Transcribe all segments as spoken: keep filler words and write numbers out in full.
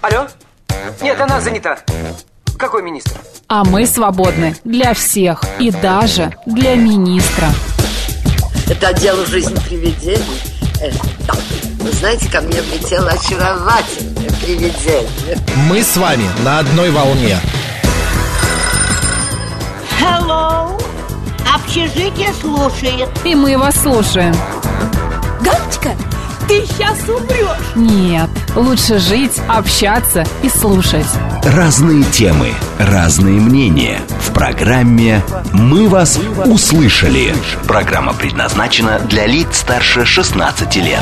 Алло? Нет, она занята. Какой министр? А мы свободны для всех и даже для министра. Это отдел «Жизнь привидений». э, Вы знаете, ко мне влетело очаровательное привидение. Мы с вами на одной волне. Hello. Общежитие слушает. И мы вас слушаем. Галочка, ты сейчас умрешь. Нет, лучше жить, общаться и слушать. Разные темы, разные мнения. В программе «Мы вас услышали». Программа предназначена для лиц старше шестнадцати лет.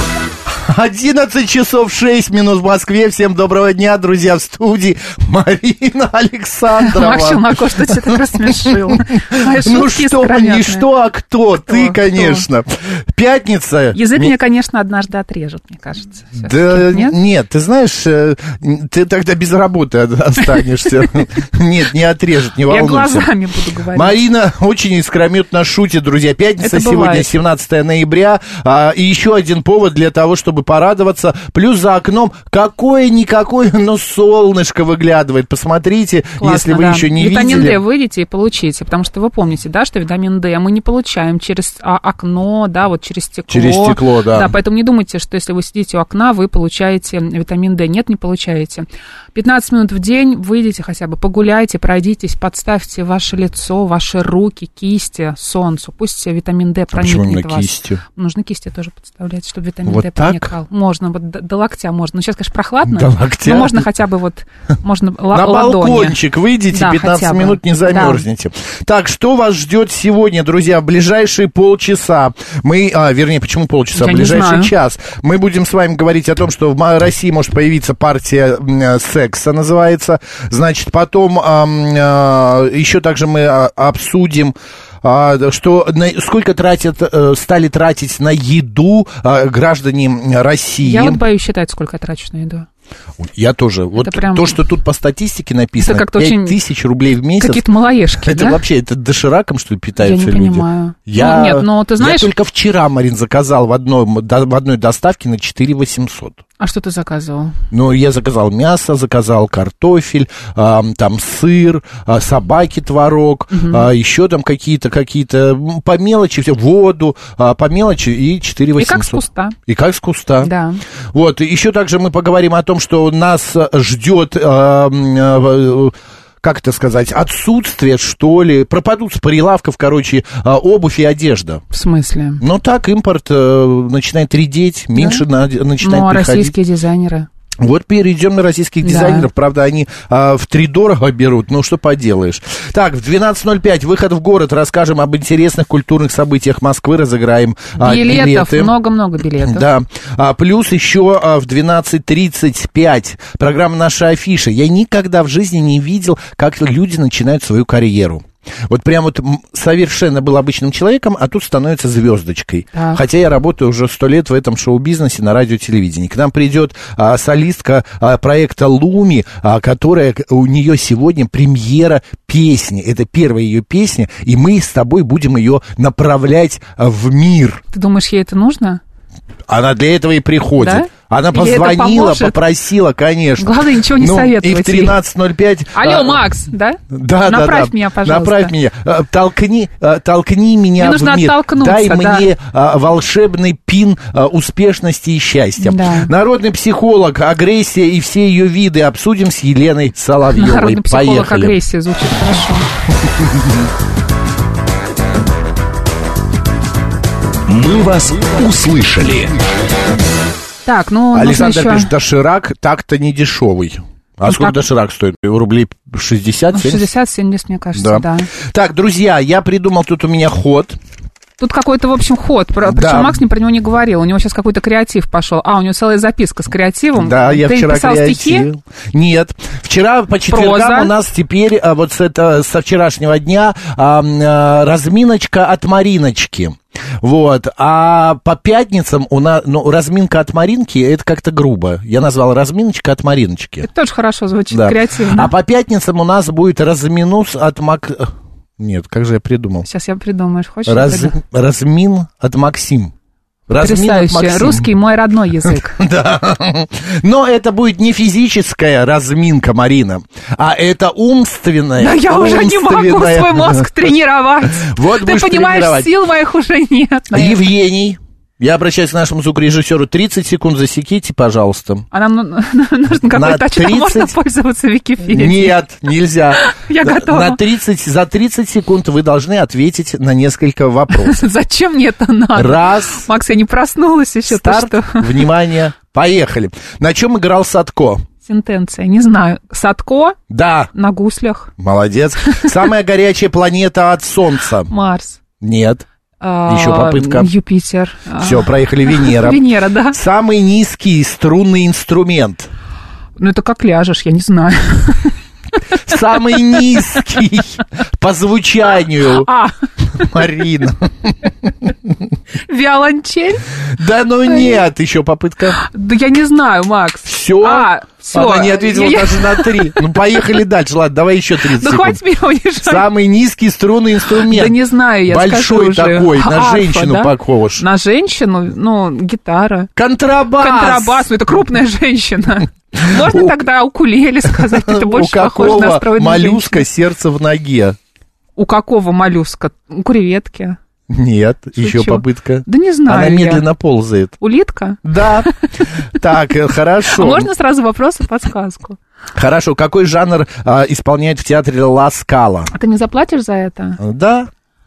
одиннадцать часов шесть минут в Москве. Всем доброго дня, друзья, в студии Марина Александрова. Макс Челноков, что тебя так рассмешил? Ну что, не что, а кто? Ты, конечно. Пятница. Язык мне, конечно, однажды отрежут, мне кажется. Да нет, ты знаешь, ты тогда без работы останешься. Нет, не отрежут, не волнуйся. Я глазами буду говорить. Марина очень искрометно шутит, друзья. Пятница сегодня, семнадцатое ноября. И еще один повод для того, чтобы порадоваться. Плюс за окном какое-никакое, но солнышко выглядывает. Посмотрите, классно, если вы да. еще не витамин видели. Витамин D выйдите и получите, потому что вы помните, да, что витамин D мы не получаем через окно, да, вот через стекло. Через стекло, да. Да, поэтому не думайте, что если вы сидите у окна, вы получаете витамин D. Нет, не получаете. пятнадцать минут в день выйдите хотя бы, погуляйте, пройдитесь, подставьте ваше лицо, ваши руки, кисти солнцу. Пусть витамин D проникнет в вас. Кистью? Нужно кисти тоже подставлять, чтобы витамин вот D так? проникал. Можно, вот до, до локтя можно. Ну, сейчас, конечно, прохладно. До локтя? Но можно хотя бы вот, можно л- на ладони. балкончик выйдите, да, пятнадцать минут не замерзнете. Да. Так, что вас ждет сегодня, друзья, в ближайшие полчаса? Мы, а, вернее, почему полчаса? Я в ближайший час. Мы будем с вами говорить о том, что в России может появиться партия секса, называется. Значит, потом а, а, еще также мы обсудим, А, что на, сколько тратят, стали тратить на еду а, граждане России. Я вот боюсь считать, сколько я трачу на еду. Я тоже. Это вот прям... то, что тут по статистике написано, пять тысяч рублей в месяц. Какие-то малоежки, это да? вообще, это дошираком, что ли, питаются люди? Я не люди? понимаю. Я... Ну, нет, но ты знаешь... Я только вчера, Марин, заказал в, одном, в одной доставке на четыре тысячи восемьсот. А что ты заказывал? Ну, я заказал мясо, заказал картофель, а, там сыр, а, собаки творог, угу. а, еще там какие-то, какие-то по мелочи, все, воду, а, по мелочи и четыре тысячи восемьсот. И как с куста. И как с куста. Да. Вот, еще также мы поговорим о том, что нас ждет... А, а, как это сказать, отсутствие, что ли, пропадут с прилавков, короче, обувь и одежда. В смысле? Ну так, импорт э, начинает редеть, меньше да? на, начинает ну, а приходить. Российские дизайнеры? Вот перейдем на российских дизайнеров. Да. Правда, они а, втридорого берут, ну что поделаешь. Так, в двенадцать ноль пять выход в город. Расскажем об интересных культурных событиях Москвы. Разыграем а, билетов, билеты. много-много билетов. Да. А, плюс еще а, в двенадцать тридцать пять программа «Наша афиша». Я никогда в жизни не видел, как люди начинают свою карьеру. Вот прям вот совершенно был обычным человеком, а тут становится звездочкой. Да. Хотя я работаю уже сто лет в этом шоу-бизнесе на радио и телевидении. К нам придет а, солистка а, проекта «Луми», а, которая, у нее сегодня премьера песни. Это первая ее песня, и мы с тобой будем ее направлять в мир. Ты думаешь, ей это нужно? Она для этого и приходит. Да? Она Или позвонила, попросила, конечно. Главное, ничего не ну, советовать. И в тринадцать ноль пять... Алло, а, Макс, да? Да, Направь да, меня, пожалуйста. Направь меня. Толкни, толкни меня мне в нужно мир. Дай да. мне а, волшебный пин а, успешности и счастья. Да. Народный психолог, агрессия и все ее виды обсудим с Еленой Соловьевой. Народный психолог, Поехали. Агрессия звучит хорошо. Мы вас услышали. Так, ну, Александр еще... пишет, доширак так-то не дешевый. А ну, сколько так... доширак стоит? Рублей шестьдесят семьдесят? шестьдесят-семьдесят, мне кажется, да. да. Так, друзья, я придумал тут у меня ход. Тут какой-то, в общем, ход. Причем да. Макс мне про него не говорил. У него сейчас какой-то креатив пошел. А, у него целая записка с креативом. Да, я Ты вчера писал креатив. стихи? Нет. Вчера по четвергам Проза. У нас теперь, вот с это, со вчерашнего дня, разминочка от Мариночки. Вот, а по пятницам у нас, ну, разминка от Маринки, это как-то грубо. Я назвал разминочка от Мариночки. Это тоже хорошо звучит, да. креативно. А по пятницам у нас будет разминус от Мак... Нет, как же я придумал? Сейчас я придумаешь, хочешь? Раз... Размин от Максим. Потрясающе. Русский мой родной язык. Да. Но это будет не физическая разминка, Марина, а это умственная. Да я уже не могу свой мозг тренировать. Вот ты понимаешь, сил моих уже нет. Евгений, я обращаюсь к нашему звукорежиссеру. тридцать секунд засеките, пожалуйста. А нам нужен какой-то отчет, а можно пользоваться Википедией? Нет, нельзя. Я готова. На тридцать, за тридцать секунд вы должны ответить на несколько вопросов. Зачем мне это надо? Раз. Макс, я не проснулась еще. Старт, внимание, поехали. На чем играл Садко? Сентенция, не знаю. Садко? Да. На гуслях. Молодец. Самая горячая планета от Солнца? Марс. Нет. Еще попытка. Юпитер. Все, проехали. Венера. Венера, да. Самый низкий струнный инструмент? Ну, это как ляжешь, я не знаю. Самый низкий по звучанию. А. Марина. Виолончель? Да ну нет, еще попытка. Да я не знаю, Макс. Все? А, все. Она не ответила я... даже на три. Ну, поехали дальше. Ладно, давай еще тридцать да секунд. хватит меня унижать. Самый низкий струнный инструмент. Да не знаю, я большой скажу такой, уже. на Арфа, женщину да? похож. На женщину? Ну, гитара. Контрабас. Контрабас, ну это крупная женщина. Можно тогда укулеле сказать, это больше похоже на стройную моллюска сердце в ноге? У какого моллюска? У креветки. Нет, Шучу. Еще попытка. Да не знаю. Она я. медленно ползает. Улитка? Да. Так, хорошо. А можно сразу вопрос и подсказку? Хорошо. Какой жанр а, исполняет в театре Ла Скала? А ты не заплатишь за это? Да.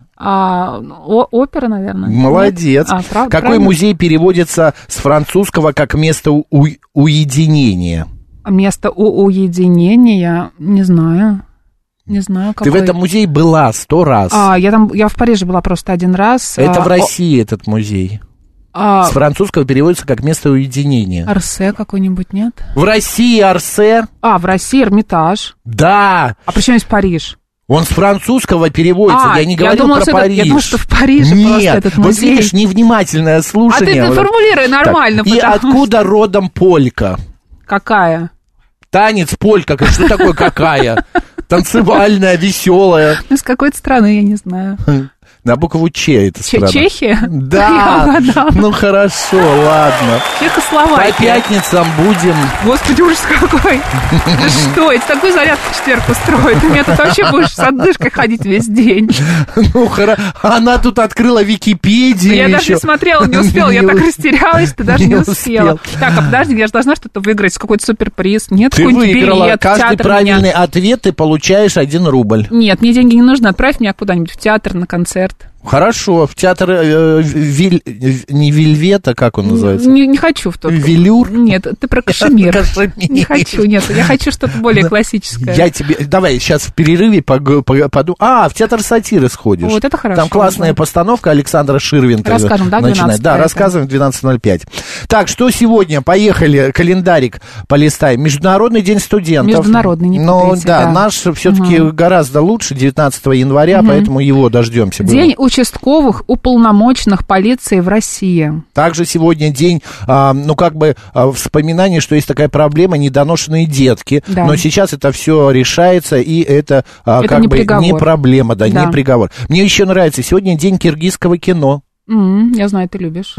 А, о, опера, наверное. Молодец. А, прав, Какой правильно? музей переводится с французского как место у- уединения? Место у- уединения? Не знаю. Не знаю, какой. Ты в этом музее была сто раз. А, я там, я в Париже была просто один раз. Это а, в России о... этот музей. А... С французского переводится как место уединения. Арсе какой-нибудь, нет? В России Арсе. А, в России Эрмитаж. Да. А при чем здесь Париж? Он с французского переводится, а, я не говорил я думала, про Париж. Это, я думала, что в Париже Нет, просто этот музей. вот видишь, невнимательное слушание. А ты, ты формулируй нормально. Так, и откуда что... родом полька? Какая? Танец полька, что такое какая? Танцевальная, веселая. Из какой-то страны, я не знаю. На букву Ч это страна. Чехия? Да. Ну хорошо, ладно. Чехословакия. По пятницам будем. Господи, ужас какой. Да что, это такой заряд в четверг устроит. Ты меня тут вообще будешь с отдышкой ходить весь день. Ну хорошо. Она тут открыла Википедию. Я даже не смотрела, не успела. Я так растерялась, ты даже не успела. Так, а подожди, я же должна что-то выиграть, какой-то суперприз. Нет, ты выиграла. Каждый правильный ответ, ты получаешь один рубль. Нет, мне деньги не нужно. Отправь меня куда-нибудь в театр, на концерт. Хорошо, в театр э, виль, не Вельвета, как он называется? Не, не хочу в тот. Велюр? Нет, ты про кашемир. Не хочу, нет, я хочу что-то более классическое. Я тебе, давай, сейчас в перерыве подумаю. А, в театр сатиры сходишь. Вот это хорошо. Там классная постановка Александра Ширвинта. Расскажем, да, начинает. Да, рассказываем в двенадцать ноль пять. Так, что сегодня? Поехали, календарик полистаем. Международный день студентов. Международный, не Но путайте, да, да. наш все-таки угу. гораздо лучше, девятнадцатого января, угу. поэтому его дождемся. День участковых уполномоченных полиции в России. Также сегодня день, а, ну, как бы, а, вспоминания, что есть такая проблема недоношенные детки. Да. Но сейчас это все решается, и это, а, это как не бы приговор. Не проблема, да, да, не приговор. Мне еще нравится, сегодня день киргизского кино. Mm, я знаю, ты любишь.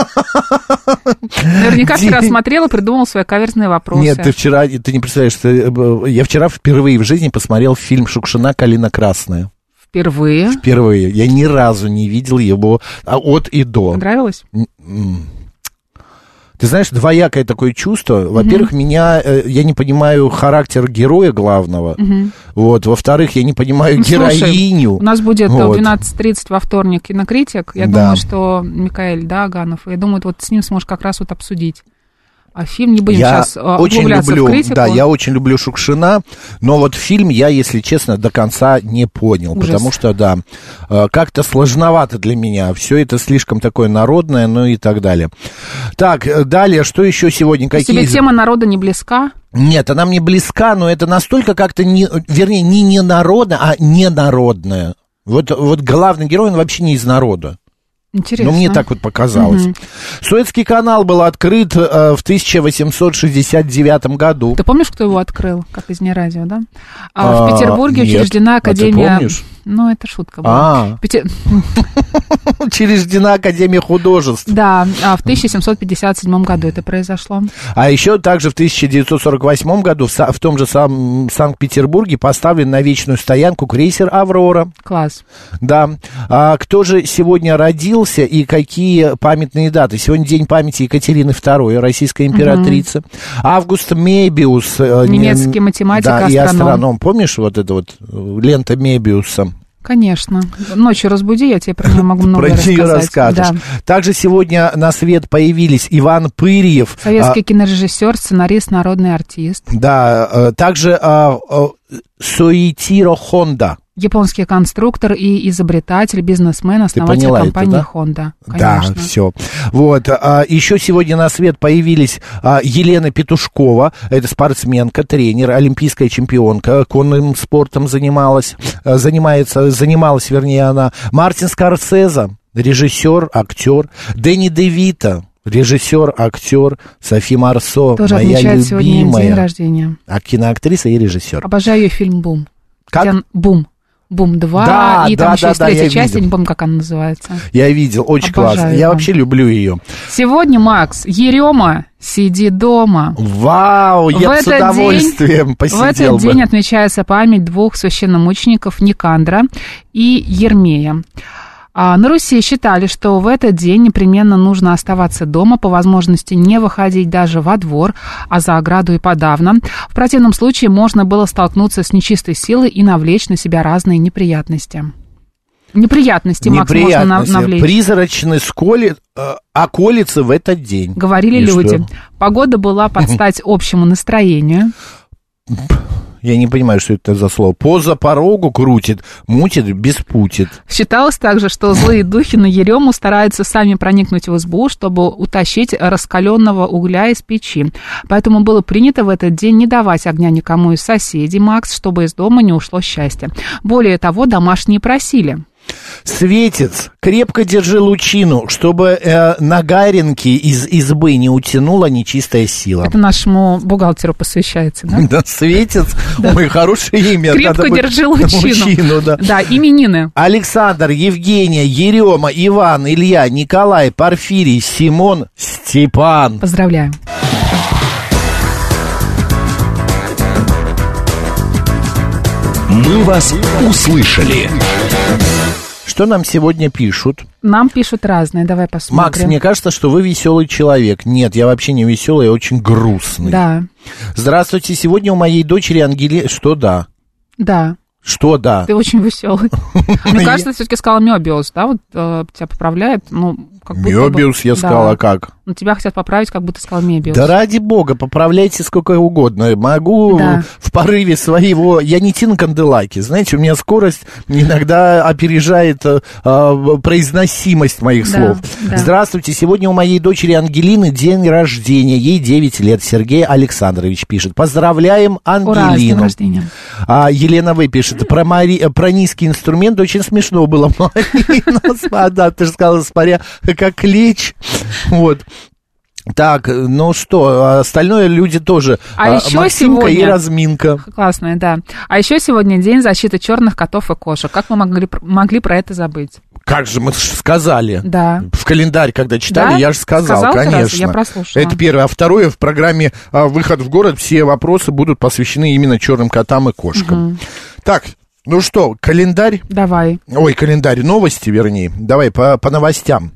Наверняка вчера смотрел и придумал свои каверзные вопросы. Нет, ты вчера, ты не представляешь, что я вчера впервые в жизни посмотрел фильм «Шукшина. Калина красная». Впервые? Впервые. Я ни разу не видел его от и до. Нравилось? Ты знаешь, двоякое такое чувство. Во-первых, mm-hmm. меня, я не понимаю характер героя главного. Mm-hmm. Вот. Во-вторых, я не понимаю ну, героиню. Слушай, у нас будет вот. в двенадцать тридцать во вторник кинокритик. Я да. думаю, что Микаэль, да, Аганов, я думаю, вот с ним сможешь как раз вот обсудить. А фильм не будем я сейчас углубляться люблю, в критику. Да, я очень люблю Шукшина, но вот фильм я, если честно, до конца не понял, Ужас. Потому что, да, как-то сложновато для меня. Все это слишком такое народное, ну и так далее. Так, далее, что еще сегодня? Какие... Тебе тема народа не близка? Нет, она мне близка, но это настолько как-то, не, вернее, не не народное, а ненародное. Вот, вот главный герой, он вообще не из народа. Интересно. Ну, мне так вот показалось. Угу. Суэцкий канал был открыт э, в тысяча восемьсот шестьдесят девятом году. Ты помнишь, кто его открыл, как из не радио, да? А, а, в Петербурге нет. учреждена Академия... А ты помнишь? Ну, это шутка была. А, Пяти- учреждена Академия художеств. Да, а в тысяча семьсот пятьдесят седьмом году это произошло. А еще также в тысяча девятьсот сорок восьмом году в, Са- в том же самом Санкт-Петербурге поставлен на вечную стоянку крейсер «Аврора». Класс. Да. А кто же сегодня родился и какие памятные даты? Сегодня день памяти Екатерины второй, российской императрицы. Угу. Август Мебиус. э, Немецкий не- математик, да, и астроном. астроном. Помнишь вот это вот э, лента Мебиуса? Конечно. Ночью разбуди, я тебе про нее могу много Про рассказать. нее расскажешь. Да. Также сегодня на свет появились Иван Пырьев. Советский а, кинорежиссер, сценарист, народный артист. Да, э, также а, а, Соитиро Хонда. Японский конструктор и изобретатель, бизнесмен, основатель поняла компании это, Honda. Да, Конечно. все. Вот. А, еще сегодня на свет появились а, Елена Петушкова. Это спортсменка, тренер, олимпийская чемпионка. Конным спортом занималась. а, Занимается, занималась, вернее, она. Мартин Скорсезе, режиссер, актер. Дэнни Де Вито, режиссер, актер. Софи Марсо, Тоже моя отмечает сегодня день любимая. рождения. А киноактриса и режиссер. Обожаю ее фильм «Бум». Как? Где он- «Бум». «Бум два», Да, и да, там еще да, есть да, третья я часть, видел. я не помню, как она называется. Я видел, очень Обожаю классно. Я его. вообще люблю ее. Сегодня, Макс, Ерема, сиди дома. Вау, я В бы с этот удовольствием день, посидел В этот бы. день отмечается память двух священномучеников Никандра и Ермея. А на Руси считали, что в этот день непременно нужно оставаться дома, по возможности не выходить даже во двор, а за ограду и подавно. В противном случае можно было столкнуться с нечистой силой и навлечь на себя разные неприятности. Неприятности, Макс, можно на- Неприятности. навлечь. Призрачный сколи, э, околицы в этот день. Говорили И люди. что? Погода была под стать общему настроению. Я не понимаю, что это за слово. Поза порогу крутит, мутит, беспутит. Считалось также, что злые духи на Ерему стараются сами проникнуть в избу, чтобы утащить раскаленного угля из печи. Поэтому было принято в этот день не давать огня никому из соседей, Макс, чтобы из дома не ушло счастье. Более того, домашние просили. Светец, крепко держи лучину, чтобы э, на Гаринке из избы не утянула нечистая сила. Это нашему бухгалтеру посвящается, да? Да, Светец, ой, хорошее имя. Крепко Надо бы- держи лучину. Лучину, да. Да, именины. Александр, Евгения, Ерема, Иван, Илья, Николай, Порфирий, Симон, Степан. Поздравляю. «Мы вас услышали». Что нам сегодня пишут? Нам пишут разные, давай посмотрим. Макс, мне кажется, что вы веселый человек. Нет, я вообще не веселый, я очень грустный. Да, Здравствуйте, сегодня у моей дочери Ангели... Что да? да, Что да? ты очень веселый. Мне кажется, ты все-таки сказала Мёбиус, да, вот э, тебя поправляют, ну, как будто бы- Мёбиус, я Да. сказал, а как? Ну, тебя хотят поправить, как будто сказал Мебиус. Да ради бога, поправляйте сколько угодно. Могу Да. в порыве своего... Я не Тина Канделаки. Знаете, у меня скорость иногда опережает э, э, произносимость моих Да, слов. да. Здравствуйте. Сегодня у моей дочери Ангелины день рождения. Ей девять лет. Сергей Александрович пишет. Поздравляем Ура, с днем Ангелину. рождения. А Елена В. пишет. Про, Мари... про низкий инструмент очень смешно было. Марина, да, ты же сказала, смотря как лечь. Вот. Так, ну что, остальное люди тоже. А еще Максимка и сегодня- разминка. Классная, да. А еще сегодня день защиты черных котов и кошек. Как мы могли, могли про это забыть? Как же мы ж сказали. Да. В календарь, когда читали, Да? я же сказал, Сказал ты раз? конечно. Я прослушала. Это первое. А второе, в программе а, «Выход в город» все вопросы будут посвящены именно черным котам и кошкам. Угу. Так, ну что, календарь? Давай. Ой, календарь, новости, вернее. Давай по, по новостям.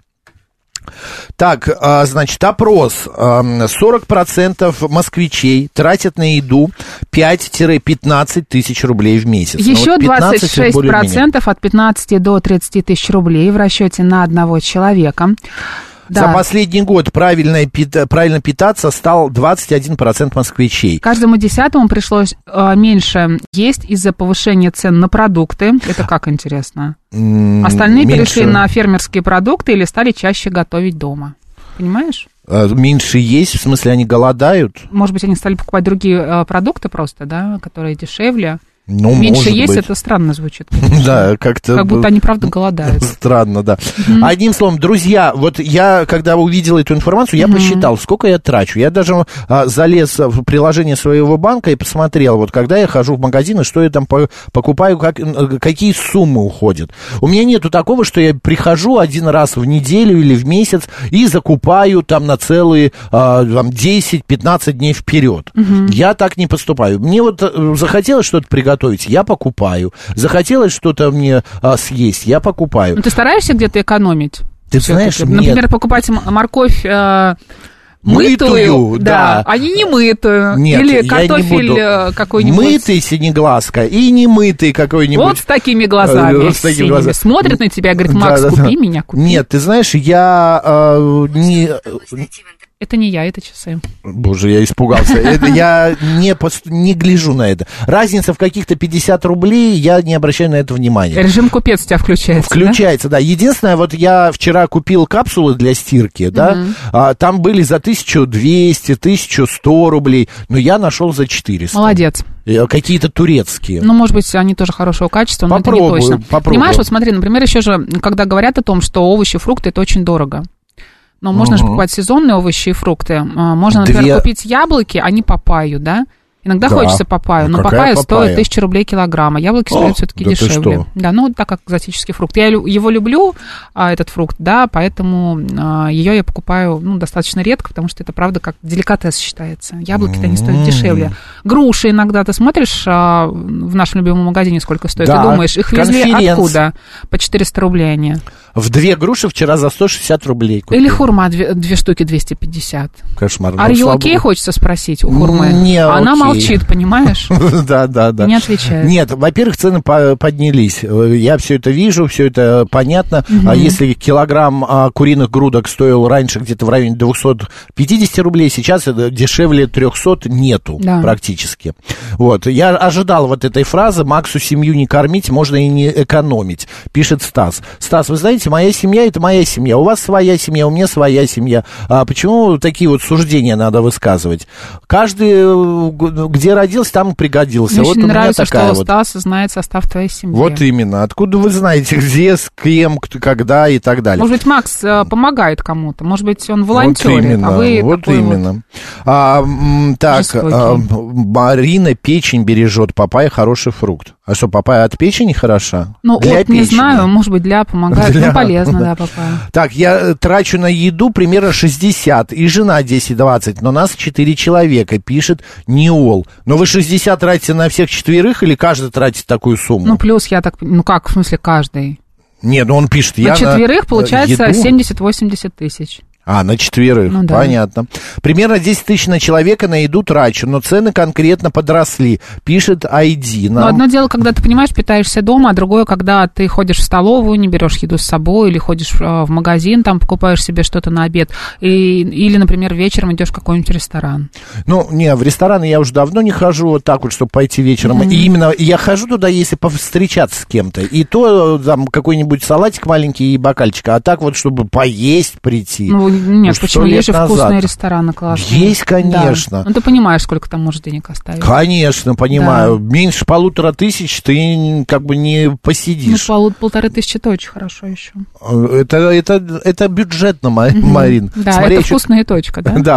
Так, а, значит, опрос. сорок процентов москвичей тратят на еду пять-пятнадцать тысяч рублей в месяц. Еще Ну, вот пятнадцать двадцать шесть процентов от пятнадцати до тридцати тысяч рублей в расчете на одного человека. Да. За последний год правильно, пита, правильно питаться стал двадцать один процент москвичей. Каждому десятому пришлось э, меньше есть из-за повышения цен на продукты. Это как интересно? М- Остальные меньше, перешли на фермерские продукты или стали чаще готовить дома. Понимаешь? э, Меньше есть, в смысле они голодают? Может быть, они стали покупать другие э, продукты просто, да, которые дешевле. Ну, меньше может есть, быть. это странно звучит. Да, как-то... Как будто они, правда, голодают. Странно, да. Mm-hmm. Одним словом, друзья, вот я, когда увидел эту информацию, я mm-hmm. посчитал, сколько я трачу. Я даже а, залез в приложение своего банка и посмотрел, вот когда я хожу в магазины, что я там по- покупаю, как, какие суммы уходят. У меня нету такого, что я прихожу один раз в неделю или в месяц и закупаю там на целые а, там, десять-пятнадцать дней вперед. Mm-hmm. Я так не поступаю. Мне вот захотелось что-то приготовить, я покупаю. Захотелось что-то мне а, съесть, я покупаю. Но ты стараешься где-то экономить? Ты знаешь, нет. Например, покупать морковь... Э- Мытую, мытую, да, да, а не немытую. Нет, или картофель какой-нибудь. Мытый синеглазка и не мытый какой-нибудь. Вот с такими глазами. Вот с такими глазами. Смотрит на тебя и говорит: Макс, да, купи да, меня, купи. Нет, ты знаешь, я э, не... Это не я, это часы. Боже, я испугался. Это, я не, не гляжу на это. Разница в каких-то пятьдесят рублей, я не обращаю на это внимания. Режим купец у тебя включается, Включается, да? да. Единственное, вот я вчера купил капсулы для стирки, да, uh-huh. а, там были за тысячу двести, тысячу сто рублей, но я нашел за четыреста. Молодец. Какие-то турецкие. Ну, может быть, они тоже хорошего качества, но попробую, это не точно. Попробую. Понимаешь, вот смотри, например, еще же, когда говорят о том, что овощи, фрукты, это очень дорого. Но можно угу. же покупать сезонные овощи и фрукты. Можно, например, Две... купить яблоки, а не папайю, да? Иногда да. хочется папайю, но папайя стоит тысячу рублей килограмма. Яблоки стоят все-таки да дешевле. Да, ну, так как экзотический фрукт. Я его люблю, этот фрукт, да, поэтому ее я покупаю, ну, достаточно редко, потому что это, правда, как деликатес считается. Яблоки-то они стоят дешевле. Груши иногда ты смотришь в нашем любимом магазине, сколько стоит, да. Ты думаешь, их везли откуда? По четыреста рублей они. В две груши вчера за сто шестьдесят рублей купил. Или хурма, две, две штуки двести пятьдесят. Кошмар. А you окей, хочется спросить у хурмы? Не Она окей. молчит, понимаешь? Да, да, да. Не отвечает. Нет, во-первых, цены поднялись. Я все это вижу, все это понятно. А если килограмм куриных грудок стоил раньше где-то в районе двести пятьдесят рублей, сейчас дешевле триста нету практически. Вот. Я ожидал вот этой фразы: Максу семью не кормить, можно и не экономить, пишет Стас. Стас, вы знаете, моя семья — это моя семья. У вас своя семья, у меня своя семья. А почему такие вот суждения надо высказывать? Каждый, где родился, там пригодился. Мне вот очень у нравится, меня такая что вот. Стас знает состав твоей семьи. Вот именно. Откуда вы знаете, где, с кем, когда и так далее? Может быть, Макс помогает кому-то. Может быть, он волонтерит. Вот именно. А вы вот именно. Вот а, так, а, Марина печень бережет. Папайя хороший фрукт. А что, папайя от печени хороша? Ну, для вот печени. Не знаю, может быть, для помогает. Для... Ну, полезно, да, папайя. Так, я трачу на еду примерно шестьдесят, и жена десять-двадцать, но нас четыре человека, пишет Ниол. Но вы шестьдесят тратите на всех четверых или каждый тратит такую сумму? Ну, плюс я так... Ну, как, в смысле, каждый? Нет, ну он пишет... На я четверых на получается еду... семьдесят-восемьдесят тысяч. А, на четверых, ну, да. Понятно. Примерно десять тысяч на человека на еду трачу, но цены конкретно подросли, пишет ай ди. Нам... Ну, одно дело, когда ты, понимаешь, питаешься дома, а другое, когда ты ходишь в столовую, не берешь еду с собой, или ходишь в магазин, там покупаешь себе что-то на обед, и, или, например, вечером идешь в какой-нибудь ресторан. Ну, не, в рестораны я уже давно не хожу вот так вот, чтобы пойти вечером. Mm-hmm. И именно я хожу туда, если повстречаться с кем-то, и то там какой-нибудь салатик маленький и бокальчик, а так вот, чтобы поесть, прийти. Ну, нет, ну, почему? Есть же вкусные рестораны классные. Есть, конечно. Да. Ну, ты понимаешь, сколько там можешь денег оставить. Конечно, понимаю. Да. Меньше полутора тысяч ты как бы не посидишь. Ну, пол, полторы тысячи это очень хорошо еще. Это, это, это бюджетно, Марин. Mm-hmm. Да, Смотри, это еще... вкусная точка, да? Да.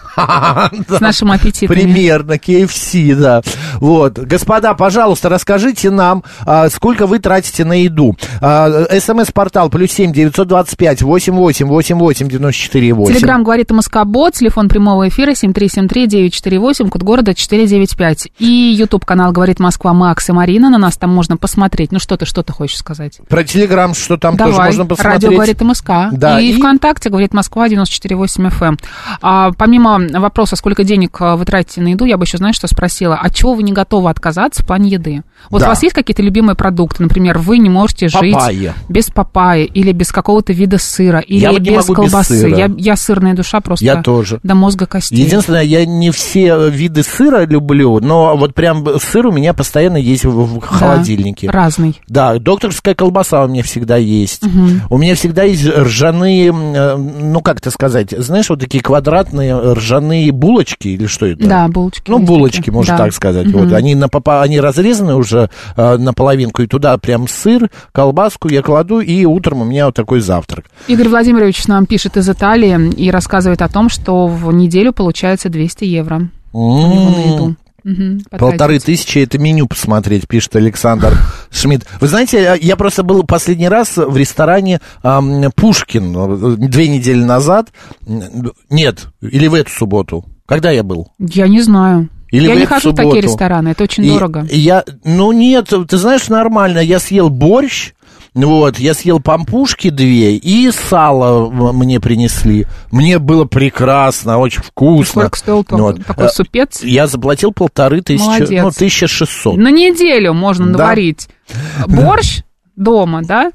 С нашим аппетитом. Примерно, кей эф си, да. Вот. Господа, пожалуйста, расскажите нам, сколько вы тратите на еду. СМС-портал плюс семь девятьсот двадцать пять восемьдесят восемь восемьдесят восемь девяносто четыре восемь. Телеграм говорит МСК-бот, телефон прямого эфира семь три семь три девять четыре восемь, код города четыре девять пять. И YouTube-канал говорит Москва, Макс и Марина, на нас там можно посмотреть. Ну что ты, что ты хочешь сказать? Про Телеграм, что там Давай. Тоже можно посмотреть. Радио говорит МСК. Да, и, и ВКонтакте говорит Москва девяносто четыре восемь эф эм. А, помимо вопроса, сколько денег вы тратите на еду, я бы еще, знаешь, что спросила? От чего вы не готовы отказаться в плане еды? Вот да. У вас есть какие-то любимые продукты? Например, вы не можете жить папайя. без папайи, или без какого-то вида сыра, или я без колбасы. да. Я, я сырная душа просто я тоже. до мозга костей. Единственное, я не все виды сыра люблю, но вот прям сыр у меня постоянно есть в, в да, холодильнике. Разный. Да, докторская колбаса у меня всегда есть. Угу. У меня всегда есть ржаные, ну как это сказать, знаешь, вот такие квадратные ржаные булочки или что это? Да, булочки. Ну, булочки, такие. можно да. так сказать. Угу. Вот. Они, на, они разрезаны уже э, наполовинку, и туда прям сыр, колбаску я кладу, и утром у меня вот такой завтрак. Игорь Владимирович нам пишет из Италии и рассказывает о том, что в неделю получается двести евро у него на еду. Угу, Полторы тысячи, это меню посмотреть, пишет Александр Шмидт. Вы знаете, я просто был последний раз в ресторане эм, Пушкин две недели назад. Нет, или в эту субботу. Когда я был? Я не знаю. Или я не хожу хожу в такие рестораны, это очень и, дорого. И я, ну нет, ты знаешь, нормально. Я съел борщ, вот, я съел пампушки две, и сало мне принесли. Мне было прекрасно, очень вкусно. Сколько стоил вот. такой супец? Я заплатил полторы тысячи, Молодец. ну, тысяча шестьсот. На неделю можно да. наварить борщ дома, да?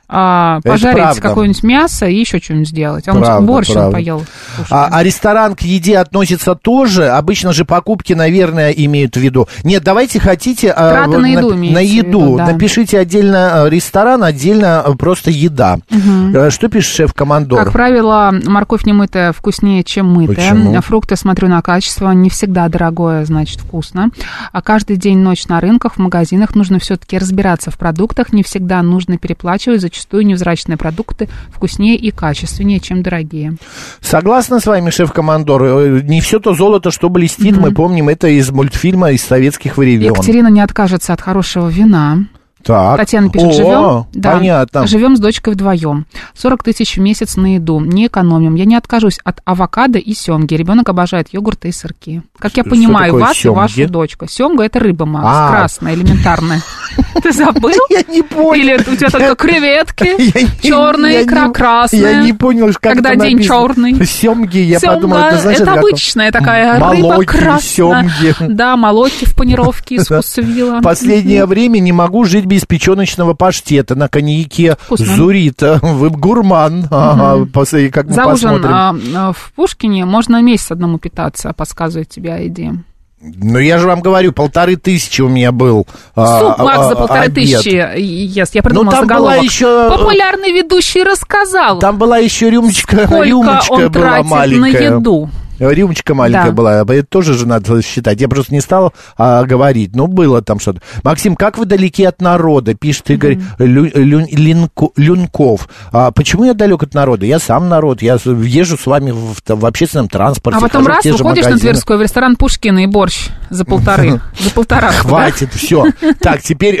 А, пожарить какое-нибудь мясо и еще что-нибудь сделать. А правда, он борщ правда. он поел. А, а ресторан к еде относится тоже? Обычно же покупки, наверное, имеют в виду. Нет, давайте хотите... Траты а, на еду на, на еду. Виду, да. Напишите отдельно ресторан, отдельно просто еда. Угу. Что пишет шеф-командор? Как правило, морковь не мытая вкуснее, чем мытая. Почему? Фрукты смотрю на качество. Не всегда дорогое, значит, вкусно. А каждый день, ночь на рынках, в магазинах нужно все-таки разбираться в продуктах. Не всегда нужно переплачивать. Зачастую невзрачные продукты вкуснее и качественнее, чем дорогие. Согласна с вами, шеф-командор. Не все то золото, что блестит. Mm-hmm. Мы помним это из мультфильма, из советских времен. Екатерина не откажется от хорошего вина. Так. Татьяна пишет, О, живем, да, понятно. живем с дочкой вдвоем. сорок тысяч в месяц на еду, не экономим. Я не откажусь от авокадо и семги. Ребенок обожает йогурты и сырки. Как я Что понимаю вас семги? и вашу дочку. Семга — это рыба, Макс, А. красная, элементарная. Ты забыл? Я не понял. Или у тебя только креветки, черная икра, красная. Я не понял, как Когда это день написано. черный. Семги, я Семга, подумал, это значит... это обычная такая рыба молоки, красная. семги. Да, молоки в панировке из вкусвилла. В последнее время не могу жить без печеночного паштета на коньяке Зурита. Вы гурман. Ага, после, как мы За ужин посмотрим. а, в Пушкине можно месяц одному питаться, подсказывает тебе ай ди. Ну, я же вам говорю, полторы тысячи у меня был а, Суп, Макс, а, за полторы обед. тысячи ест. Я придумала Ну, там заголовок. была еще... Популярный ведущий рассказал, Там была еще рюмочка, сколько рюмочка он была тратит маленькая. на еду. Рюмочка маленькая Да. была, это тоже же надо считать. Я просто не стал а, говорить, ну, было там что-то. Максим, как вы далеки от народа, пишет Игорь mm-hmm. Лю, Лю, Линко, Люнков. А, почему я далек от народа? Я сам народ, я езжу с вами в, в общественном транспорте. А потом раз, выходишь на магазины. Тверскую в ресторан Пушкина и борщ за полторы, за полтора. Хватит, все. Так, теперь...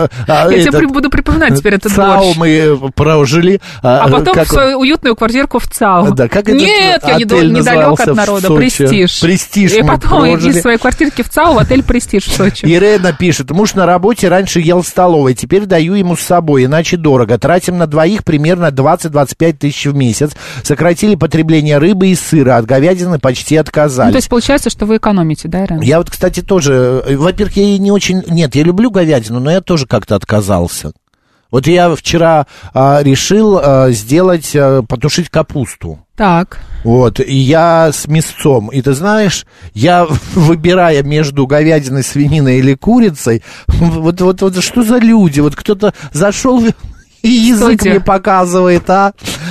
Я тебе буду припоминать теперь этот борщ. ЦАО мы прожили. А потом в свою уютную квартирку в ЦАО. Нет, я недалек от народа, Престиж. Престиж И мы потом прожили. из своей квартирки в ЦАО в отель «Престиж» в Сочи. Ирена пишет, муж на работе раньше ел в столовой, теперь даю ему с собой, иначе дорого. Тратим на двоих примерно двадцать-двадцать пять тысяч в месяц. Сократили потребление рыбы и сыра, от говядины почти отказались. Ну, то есть получается, что вы экономите, да, Ирена? Я вот, кстати, тоже, во-первых, я не очень... Нет, я люблю говядину, но я тоже как-то отказался. Вот я вчера а, решил а, сделать, а, потушить капусту. Так. Вот, и я с мясцом. И ты знаешь, я, выбирая между говядиной, свининой или курицей, вот, вот, вот что за люди? Вот кто-то зашел и язык Стойте. мне показывает, а?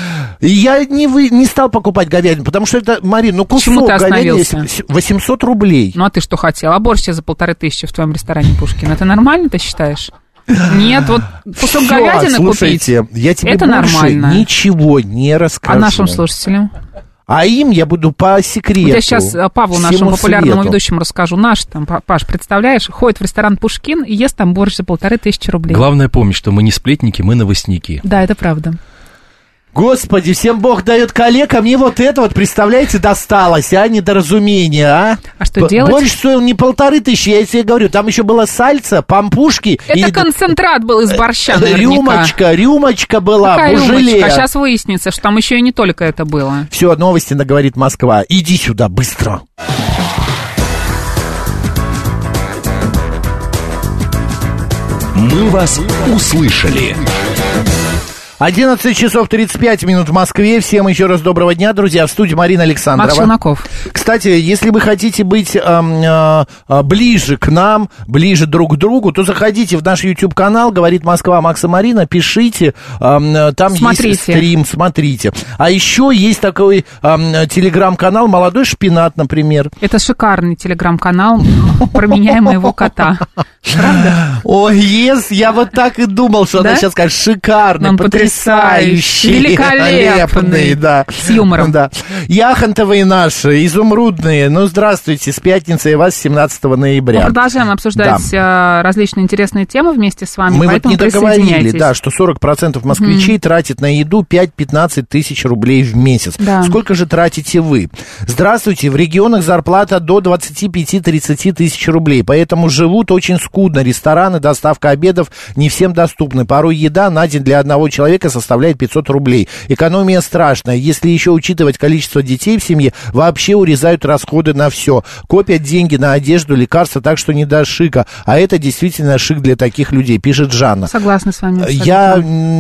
И я не, вы, не стал покупать говядину, потому что это, Марин, ну Почему кусок ты говядины остановился? восемьсот рублей. Ну, а ты что хотел? А борщ за полторы тысячи в твоем ресторане Пушкин. Это нормально, ты считаешь? Нет, вот кусок Всё, говядины слушайте, купить, я тебе это больше нормально. ничего не расскажу. А нашим слушателям? А им я буду по секрету. Вот я сейчас Павлу, нашему всему популярному свету. ведущему, расскажу. Наш там, Паш, представляешь, ходит в ресторан Пушкин и ест там борщ за полторы тысячи рублей. Главное помнить, что мы не сплетники, мы новостники. Да, это правда. Господи, всем Бог дает коллег, а мне вот это вот, представляете, досталось, а, недоразумение, а? А что Б- делать? Больше стоил не полторы тысячи, я тебе говорю, там еще было сальца, пампушки. Это и концентрат был из борща, наверняка. Рюмочка, рюмочка была, Какая бужеле. рюмочка? Сейчас выяснится, что там еще и не только это было. Все, новости на «Говорит Москва». Иди сюда, быстро. Мы вас услышали. одиннадцать часов тридцать пять минут в Москве. Всем еще раз доброго дня, друзья. В студии Марина Александрова. Макс Челноков. Кстати, если вы хотите быть э, э, ближе к нам, ближе друг к другу, то заходите в наш YouTube-канал «Говорит Москва» Макса Марина, пишите, э, там смотрите. Есть стрим, смотрите. А еще есть такой э, телеграм-канал «Молодой шпинат», например. Это шикарный телеграм-канал про меня и моего кота. Правда? Ой, yes, я вот так и думал, что да? она сейчас скажет шикарный, Он потрясающий, великолепный, да. С юмором. Да. Яхонтовые наши, изумрудные. Ну, здравствуйте, с пятницей вас семнадцатого ноября. Мы продолжаем обсуждать да. различные интересные темы вместе с вами. Мы вот не договорили, да, что сорок процентов москвичей mm. тратят на еду пять-пятнадцать тысяч рублей в месяц. Да. Сколько же тратите вы? Здравствуйте, в регионах зарплата до двадцать пять-тридцать тысяч рублей, поэтому живут очень скудно. Рестораны, доставка обедов не всем доступны. Порой еда на день для одного человека составляет пятьсот рублей. Экономия страшная. Если еще учитывать количество детей в семье, вообще урезают расходы на все. Копят деньги на одежду, лекарства, так что не до шика. А это действительно шик для таких людей, пишет Жанна. Согласна с вами. Абсолютно. Я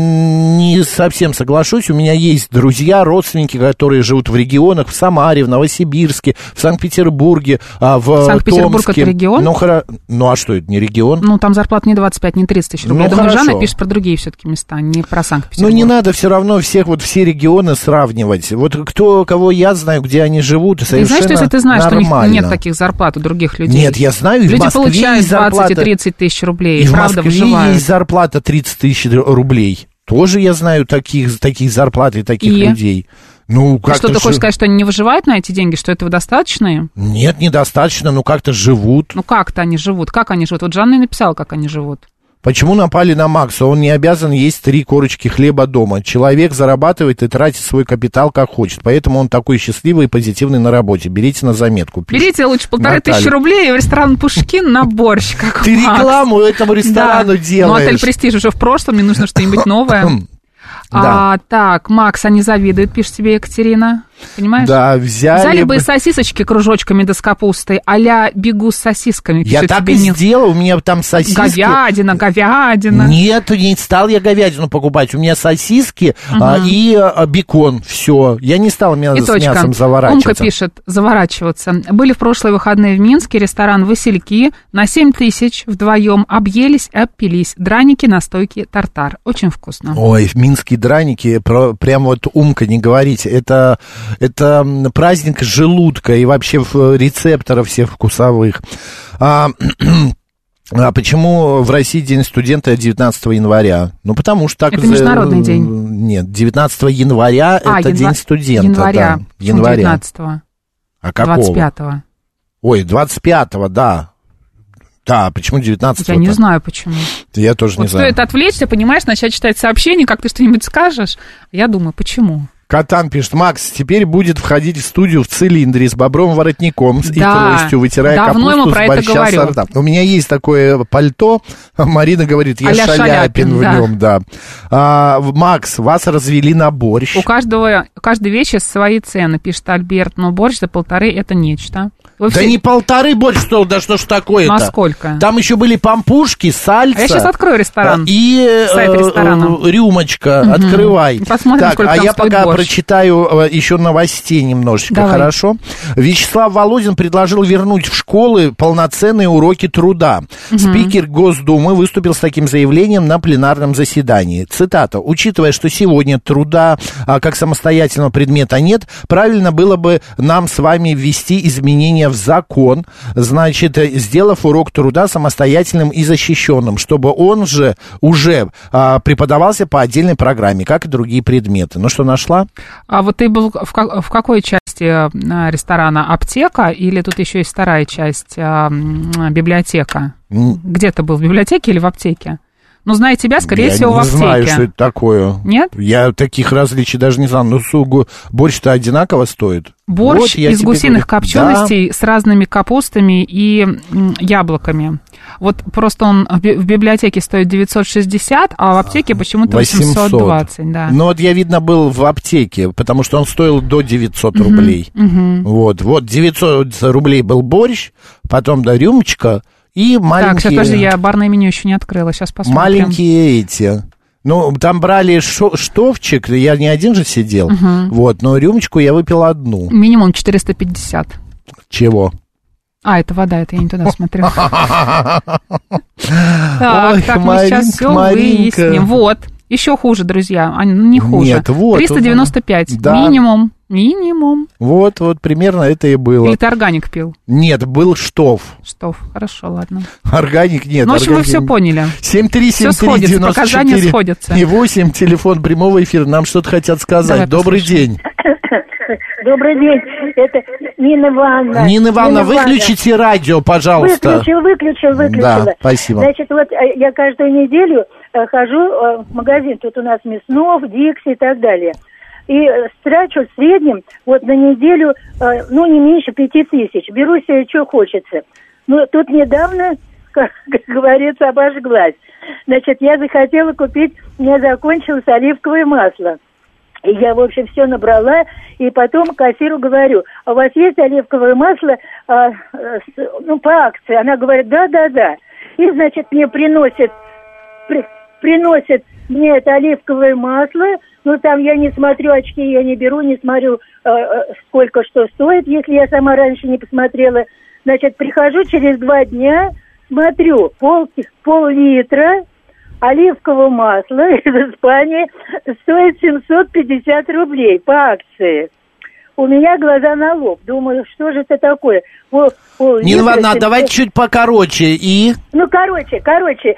не совсем соглашусь. У меня есть друзья, родственники, которые живут в регионах, в Самаре, в Новосибирске, в Санкт-Петербурге, в Санкт-Петербург Томске. Это регион? Ну, хоро... ну, а что это, не регион? Ну, там зарплата не двадцать пять, не тридцать тысяч рублей. Ну, Я думаю, хорошо. Жанна пишет про другие все-таки места, не про Санкт-Петербург. Ну, не надо все равно всех, вот все регионы сравнивать. Вот кто, кого я знаю, где они живут, совершенно и знаешь, что если ты знаешь, нормально. Что у них нет таких зарплат у других людей? Нет, я знаю, и люди в Москве получают есть зарплата. двадцать и тридцать тысяч рублей, и правда, в Москве выживают. Есть зарплата тридцать тысяч рублей. Тоже я знаю таких, таких зарплат и таких и? людей. Ну, как-то что, ты ж... хочешь сказать, что они не выживают на эти деньги, что этого достаточно им? Нет, недостаточно, но как-то живут. Ну, как-то они живут, как они живут? Вот Жанна и написала, как они живут. Почему напали на Макса? Он не обязан есть три корочки хлеба дома. Человек зарабатывает и тратит свой капитал как хочет. Поэтому он такой счастливый и позитивный на работе. Берите на заметку. Пишет Берите лучше полторы Наталья. тысячи рублей в ресторан «Пушкин» на борщ, как Ты Макс. рекламу этому ресторану да. делаешь. Ну, отель «Престиж» уже в прошлом, мне нужно что-нибудь новое. Да. А, так, Макс, они завидуют, пишет тебе Екатерина. Понимаешь? Да, взяли, взяли бы бы сосисочки кружочками да с капустой, а-ля бегу с сосисками. Я так и не... сделал, у меня там сосиски. Говядина, говядина. Нет, не стал я говядину покупать. У меня сосиски угу. а, и а, бекон. Все. Я не стал меня с точка. мясом заворачиваться. Умка пишет, заворачиваться. Были в прошлые выходные в Минске, ресторан «Васильки». На семь тысяч вдвоем объелись, обпились. Драники, настойки, тартар. Очень вкусно. Ой, минские драники, про, прям вот Умка, не говорите. Это... Это праздник желудка и вообще рецепторов всех вкусовых. А, а почему в России День студента девятнадцатого января? Ну, потому что так... Это международный день. Нет, девятнадцатого января а, это янва... День студента. Января. Да, января. девятнадцатого. А какого? двадцать пятого. Ой, двадцать пятого, да. Да, почему девятнадцатого? Я не знаю, почему. Я тоже вот не знаю. Стоит отвлечься, понимаешь, начать читать сообщения, как ты что-нибудь скажешь. Я думаю, почему? Катан пишет, Макс теперь будет входить в студию в цилиндре с бобровым воротником да, и тростью, вытирая давно капусту ему про с это борща говорю. сорта. У меня есть такое пальто, Марина говорит, я а-ля Шаляпин, Шаляпин в да. нем, да. А, Макс, вас развели на борщ. У каждого, каждой вещи свои цены, пишет Альберт, но борщ за полторы это нечто. Вы да все... не полторы борщ стоил, да что ж такое-то? Ну а сколько? Там еще были пампушки, сальца. А я сейчас открою ресторан. И сайт ресторана. Э, рюмочка, угу. Открывай. Посмотрим, так, сколько а там я стоит пока борщ. прочитаю еще новостей немножечко, Давай. Хорошо? Вячеслав Володин предложил вернуть в школы полноценные уроки труда. Угу. Спикер Госдумы выступил с таким заявлением на пленарном заседании. Цитата. «Учитывая, что сегодня труда а, как самостоятельного предмета нет, правильно было бы нам с вами ввести изменения в закон, значит, сделав урок труда самостоятельным и защищенным, чтобы он же уже а, преподавался по отдельной программе, как и другие предметы». Ну что, нашла? А вот ты был в, как, в какой части ресторана? Аптека или тут еще есть вторая часть, а, библиотека? Mm. Где ты был, в библиотеке или в аптеке? Ну, зная тебя, скорее я всего, в аптеке. Я не знаю, что это такое. Нет? Я таких различий даже не знаю. Ну, сугу, борщ-то одинаково стоит. Борщ вот, из гусиных говорю. копченостей да. с разными капустами и яблоками. Вот просто он в библиотеке стоит девятьсот шестьдесят, а в аптеке почему-то восемьсот двадцать. Да. Ну, вот я, видно, был в аптеке, потому что он стоил до девятьсот рублей. Uh-huh. Вот, вот, девятьсот рублей был борщ, потом, да, рюмочка. И маленькие... Так, сейчас, подожди, я барное меню еще не открыла, сейчас посмотрим. Маленькие эти, Ну, там брали шо- штофчик, я не один же сидел, Угу. вот, но рюмочку я выпил одну. Минимум четыреста пятьдесят. Чего? А, это вода, это я не туда смотрю. Ой, Так, так, мы сейчас Маринка, все Маринка. выясним. Вот, еще хуже, друзья, а, ну, не хуже. Нет, вот. триста девяносто пять, Да. минимум, минимум. Вот, вот, примерно это и было. Или ты органик пил? Нет, был штоф. Что? Хорошо, ладно. Органик нет. Ну, в общем, вы органик- все поняли. семь три семь Всё три сходится, девяносто показания четыре сходятся. и восемь, телефон прямого эфира. Нам что-то хотят сказать. Давай Добрый послушаем. день. Добрый день, это Нина Ивановна. Нина Ивановна, выключите радио, пожалуйста. Выключил, выключил, выключила. Да, спасибо. Значит, вот э, я каждую неделю э, хожу э, в магазин, тут у нас Мяснов, Дикси и так далее. И э, трачу в среднем вот на неделю, э, ну, не меньше пяти тысяч. Беру себе, что хочется. Но тут недавно, как, как говорится, обожглась. Значит, я захотела купить, у меня закончилось оливковое масло. И я, в общем, все набрала, и потом кассиру говорю, а у вас есть оливковое масло, а, с, ну, по акции? Она говорит, да-да-да. И, значит, мне приносит, при, приносит мне это оливковое масло, ну, там я не смотрю, очки я не беру, не смотрю, э, сколько что стоит, если я сама раньше не посмотрела. Значит, прихожу через два дня, смотрю, пол, пол-литра оливкового масла из Испании стоит семьсот пятьдесят рублей по акции. У меня глаза на лоб. Думаю, что же это такое? Пол, пол Нина Ивановна, семьсот... давайте чуть покороче. И? Ну, короче, короче,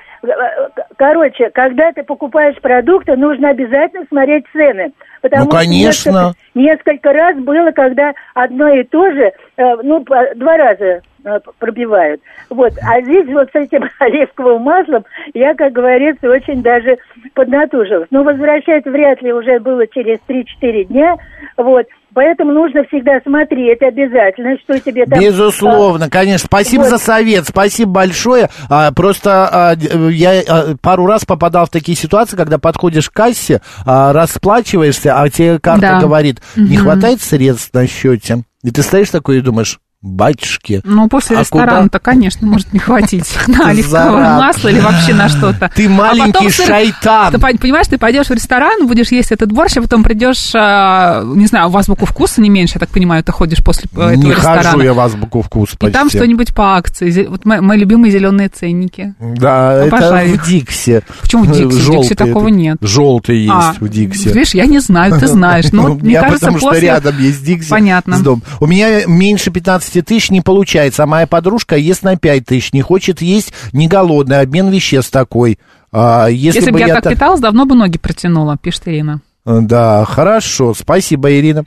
короче, когда ты покупаешь продукты, нужно обязательно смотреть цены. Потому Ну, конечно. Что несколько, несколько раз было, когда одно и то же, ну, два раза пробивают. Вот. А здесь вот с этим оливковым маслом я, как говорится, очень даже поднатужилась. Но возвращать вряд ли уже было через три-четыре дня. Вот. Поэтому нужно всегда смотреть обязательно, что тебе там... Безусловно, конечно. Спасибо вот. за совет, спасибо большое. А, просто а, я а, пару раз попадал в такие ситуации, когда подходишь к кассе, а, расплачиваешься, а тебе карта Да. говорит, не Мгм. хватает средств на счете. И ты стоишь такой и думаешь, батюшки. Ну, после А ресторана-то, конечно, может не хватить на оливковое Зараза. масло или вообще на что-то. Ты маленький А потом сыр- шайтан. Ты пон- понимаешь, ты пойдешь в ресторан, будешь есть этот борщ, а потом придешь, а, не знаю, в азбуку вкуса не меньше, я так понимаю, ты ходишь после э, этого Не ресторана. хожу я в азбуку вкуса И почти. там что-нибудь по акции. Зе- Вот мои, мои любимые зеленые ценники. Да, Обожаю это их. в Дикси. Почему в Дикси? В Дикси Желтый такого это- нет. Желтый есть А, в Дикси. Видишь, я не знаю, ты знаешь. Ну, вот, мне Я кажется, потому что после... рядом есть Дикси. Понятно. с домом. У меня меньше пятнадцати тысяч не получается, а моя подружка ест на пять тысяч, не хочет есть, не голодный, обмен веществ такой. А, если, Если бы я так та- питалась, давно бы ноги протянула, пишет Ирина. Да, хорошо, спасибо, Ирина.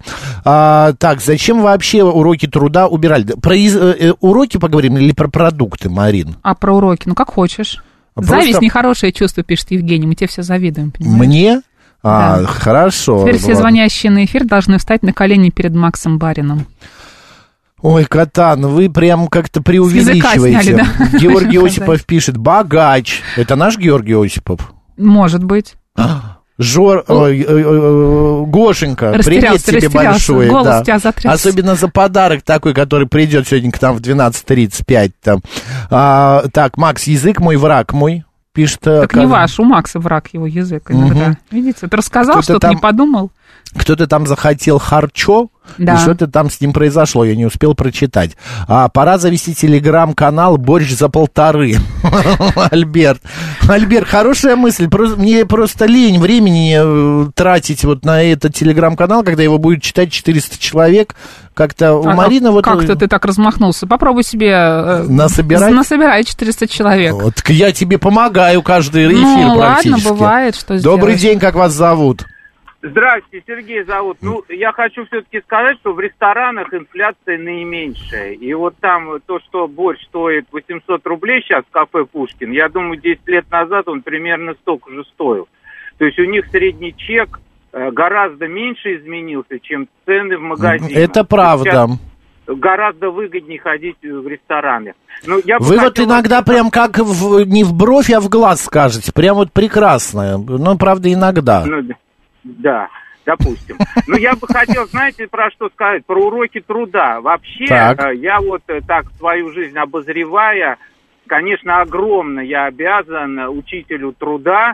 А, так, зачем вообще уроки труда убирали? Про из- э, уроки поговорим или про продукты, Марин? А про уроки? Ну, как хочешь. Просто- Зависть нехорошее чувство, пишет Евгений. Мы тебе все завидуем, понимаешь? Мне? А, Да. хорошо. Теперь все ладно. звонящие на эфир должны встать на колени перед Максом Барином. Ой, Катан, вы прям как-то преувеличиваете. сняли, да? Георгий Хотим Осипов сказать. пишет, богач. Это наш Георгий Осипов? Может быть. Жор, ой, ой, ой, Гошенька, привет Растерялся, тебе растерялся. большое. Голос да. у тебя затрясся. Особенно за подарок такой, который придет сегодня к нам в двенадцать тридцать пять. Там. А, так, Макс, язык мой, враг мой. Пишет, Так не как- ваш, у Макса враг его язык иногда. Мгм. Видите, ты рассказал, Кто-то что-то там- не подумал. Кто-то там захотел харчо, Да. и что-то там с ним произошло, я не успел прочитать. А, пора завести телеграм-канал «Борщ за полторы». Альберт. Альберт, хорошая мысль. Просто- Мне просто лень времени э, тратить вот на этот телеграм-канал, когда его будет читать четыреста человек. Как-то у А- Марины а вот... Как-то ты так размахнулся. Попробуй себе... э, Насобирать? Насобирай четыреста человек. Вот, я тебе помогаю каждый эфир Ну, ладно, практически. бывает, что Добрый сделаешь. день, как вас зовут? Здравствуйте, Сергей зовут. Ну, я хочу все-таки сказать, что в ресторанах инфляция наименьшая. И вот там то, что борщ стоит восемьсот рублей сейчас в кафе «Пушкин», я думаю, десять лет назад он примерно столько же стоил. То есть у них средний чек э, гораздо меньше изменился, чем цены в магазинах. Это правда. Сейчас гораздо выгоднее ходить в рестораны. Ну, я бы Вы вот хотел- иногда прям как в- не в бровь, а в глаз скажете. Прям вот прекрасно. Ну, правда, иногда. Ну, да. Да, допустим. Но я бы хотел, знаете, про что сказать? Про уроки труда. Вообще, Так. э, я вот э, так свою жизнь обозревая, конечно, огромно я обязан учителю труда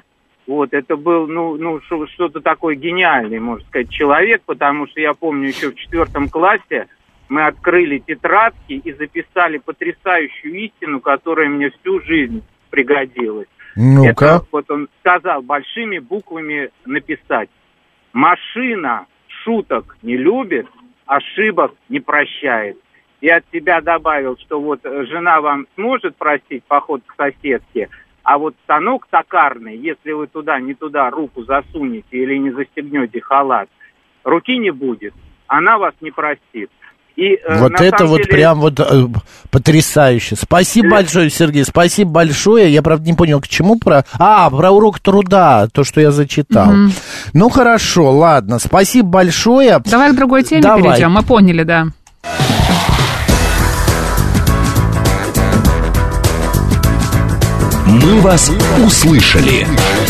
Вот, это был, ну, ну что-то такое гениальный, можно сказать, человек, потому что я помню, еще в четвертом классе мы открыли тетрадки и записали потрясающую истину, которая мне всю жизнь пригодилась. Ну-ка. Это, вот он сказал большими буквами написать: машина шуток не любит, ошибок не прощает. И от себя добавил, что вот жена вам сможет простить поход к соседке, а вот станок токарный, если вы туда не туда руку засунете или не застегнете халат, руки не будет, она вас не простит. И, вот это вот деле... прям вот э, потрясающе. Спасибо большое, Сергей, спасибо большое. Я, правда, не понял, к чему про... А, про урок труда, то, что я зачитал. Угу. Ну, хорошо, ладно, спасибо большое. Давай к другой теме Давай. перейдем, мы поняли, да. Мы вас услышали.